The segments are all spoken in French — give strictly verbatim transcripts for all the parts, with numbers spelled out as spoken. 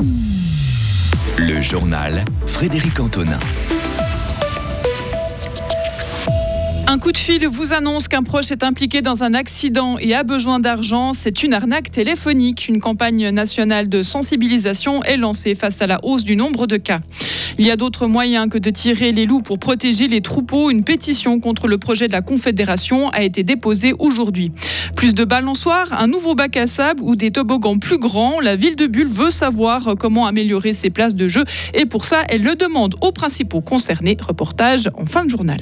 Le journal Frédéric Antonin. Un coup de fil vous annonce qu'un proche est impliqué dans un accident et a besoin d'argent. C'est une arnaque téléphonique. Une campagne nationale de sensibilisation est lancée face à la hausse du nombre de cas. Il y a d'autres moyens que de tirer les loups pour protéger les troupeaux. Une pétition contre le projet de la Confédération a été déposée aujourd'hui. Plus de balançoires, un nouveau bac à sable ou des toboggans plus grands. La ville de Bulle veut savoir comment améliorer ses places de jeu et pour ça, elle le demande aux principaux concernés. Reportage en fin de journal.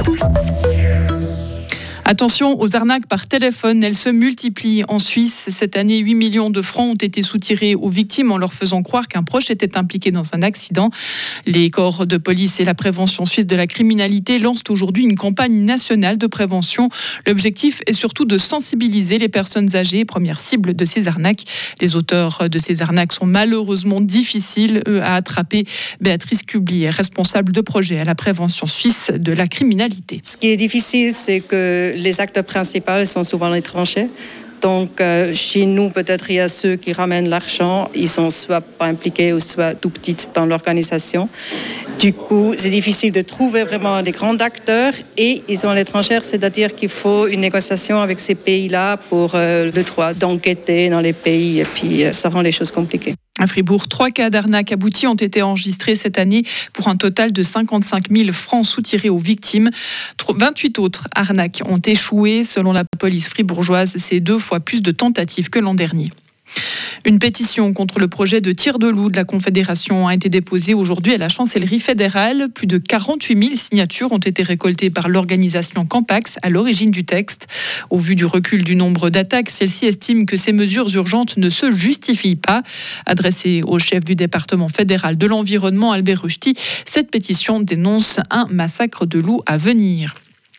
Attention aux arnaques par téléphone, elles se multiplient en Suisse. Cette année, huit millions de francs ont été soutirés aux victimes en leur faisant croire qu'un proche était impliqué dans un accident. Les corps de police et la prévention suisse de la criminalité lancent aujourd'hui une campagne nationale de prévention. L'objectif est surtout de sensibiliser les personnes âgées, première cible de ces arnaques. Les auteurs de ces arnaques sont malheureusement difficiles à attraper. Béatrice Kubli est responsable de projet à la prévention suisse de la criminalité. Ce qui est difficile, c'est que les acteurs principaux sont souvent étrangers. Donc, euh, chez nous, peut-être il y a ceux qui ramènent l'argent. Ils sont soit pas impliqués ou soit tout petits dans l'organisation. Du coup, c'est difficile de trouver vraiment des grands acteurs et ils sont à l'étranger, c'est-à-dire qu'il faut une négociation avec ces pays-là pour euh, le droit d'enquêter dans les pays et puis euh, ça rend les choses compliquées. À Fribourg, trois cas d'arnaque aboutis ont été enregistrés cette année pour un total de cinquante-cinq mille francs soutirés aux victimes. vingt-huit autres arnaques ont échoué. Selon la police fribourgeoise, c'est deux fois plus de tentatives que l'an dernier. Une pétition contre le projet de tir de loup de la Confédération a été déposée aujourd'hui à la chancellerie fédérale. Plus de quarante-huit mille signatures ont été récoltées par l'organisation Campax à l'origine du texte. Au vu du recul du nombre d'attaques, celle-ci estime que ces mesures urgentes ne se justifient pas. Adressée au chef du département fédéral de l'environnement, Albert Ruchti, cette pétition dénonce un massacre de loups à venir.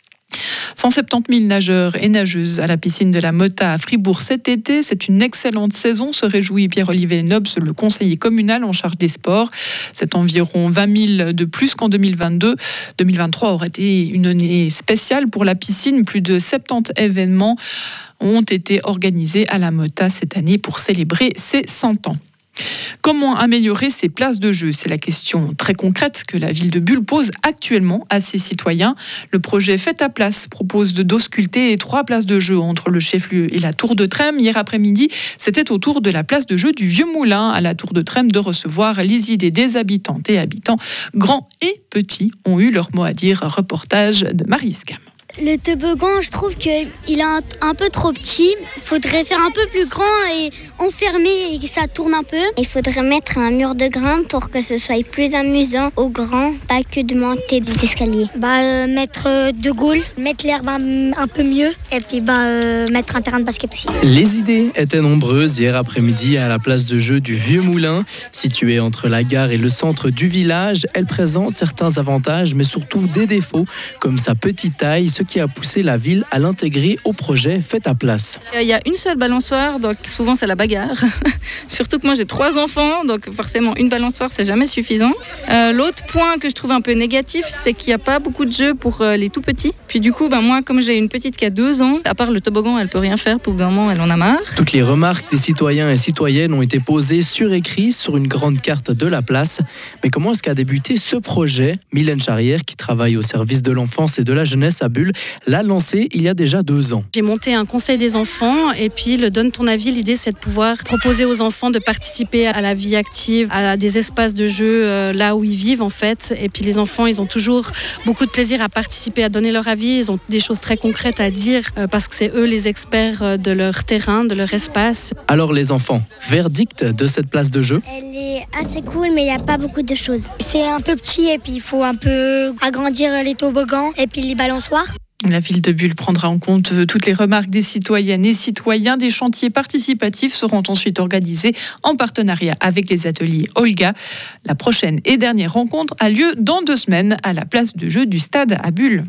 cent soixante-dix mille nageurs et nageuses à la piscine de la Mota à Fribourg cet été. C'est une excellente saison, se réjouit Pierre-Olivier Nobs, le conseiller communal en charge des sports. C'est environ vingt mille de plus qu'en deux mille vingt-deux. deux mille vingt-trois aurait été une année spéciale pour la piscine. Plus de soixante-dix événements ont été organisés à la Mota cette année pour célébrer ses cent ans. Comment améliorer ces places de jeu ? C'est la question très concrète que la ville de Bulle pose actuellement à ses citoyens. Le projet Fais ta place propose de d'ausculter trois places de jeu entre le chef-lieu et la Tour de Trême. Hier après-midi, c'était au tour de la place de jeu du Vieux Moulin à la Tour de Trême de recevoir les idées des habitantes et habitants. Grands et petits ont eu leur mot à dire. Reportage de Marius Cam. Le toboggan, je trouve qu'il est un, un peu trop petit. Il faudrait faire un peu plus grand et enfermer et que ça tourne un peu. Il faudrait mettre un mur de grimpe pour que ce soit plus amusant aux grands, pas que de monter des escaliers. Bah, euh, mettre euh, de Gaulle, mettre l'herbe un, un peu mieux et puis bah, euh, mettre un terrain de basket aussi. Les idées étaient nombreuses hier après-midi à la place de jeu du Vieux Moulin. Située entre la gare et le centre du village, elle présente certains avantages mais surtout des défauts comme sa petite taille, ce qui a poussé la ville à l'intégrer au projet Fais ta place. Il y a une seule balançoire, donc souvent c'est la bagarre. Surtout que moi j'ai trois enfants, donc forcément une balançoire c'est jamais suffisant. Euh, l'autre point que je trouve un peu négatif, c'est qu'il n'y a pas beaucoup de jeux pour euh, les tout petits. Puis du coup, ben, moi comme j'ai une petite qui a deux ans, à part le toboggan, elle peut rien faire, pour le moment elle en a marre. Toutes les remarques des citoyens et citoyennes ont été posées sur écrit sur une grande carte de la place. Mais comment est-ce qu'a débuté ce projet ? Mylène Charrière, qui travaille au service de l'enfance et de la jeunesse à Bulle, l'a lancé il y a déjà deux ans. J'ai monté un conseil des enfants et puis le Donne ton avis, l'idée c'est de pouvoir proposer aux enfants de participer à la vie active, à des espaces de jeu euh, là où ils vivent en fait. Et puis les enfants, ils ont toujours beaucoup de plaisir à participer, à donner leur avis. Ils ont des choses très concrètes à dire euh, parce que c'est eux les experts de leur terrain, de leur espace. Alors les enfants, verdict de cette place de jeu ? Elle est assez cool mais il n'y a pas beaucoup de choses. C'est un peu petit et puis il faut un peu agrandir les toboggans et puis les balançoires. La ville de Bulle prendra en compte toutes les remarques des citoyennes et citoyens. Des chantiers participatifs seront ensuite organisés en partenariat avec les ateliers Olga. La prochaine et dernière rencontre a lieu dans deux semaines à la place de jeu du stade à Bulle.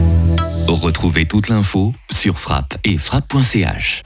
Retrouvez toute l'info sur frappe et frappe point c h.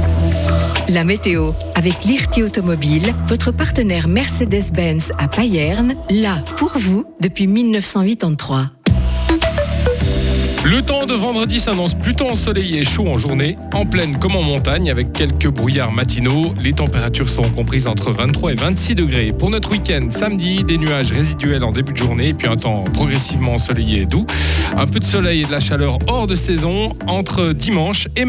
La météo, avec Lirti Automobile, votre partenaire Mercedes-Benz à Payerne, là pour vous depuis mille neuf cent quatre-vingt-treize. Le temps de vendredi s'annonce plutôt ensoleillé et chaud en journée, en plaine comme en montagne, avec quelques brouillards matinaux. Les températures seront comprises entre vingt-trois et vingt-six degrés. Pour notre week-end, samedi, des nuages résiduels en début de journée, puis un temps progressivement ensoleillé et doux. Un peu de soleil et de la chaleur hors de saison entre dimanche et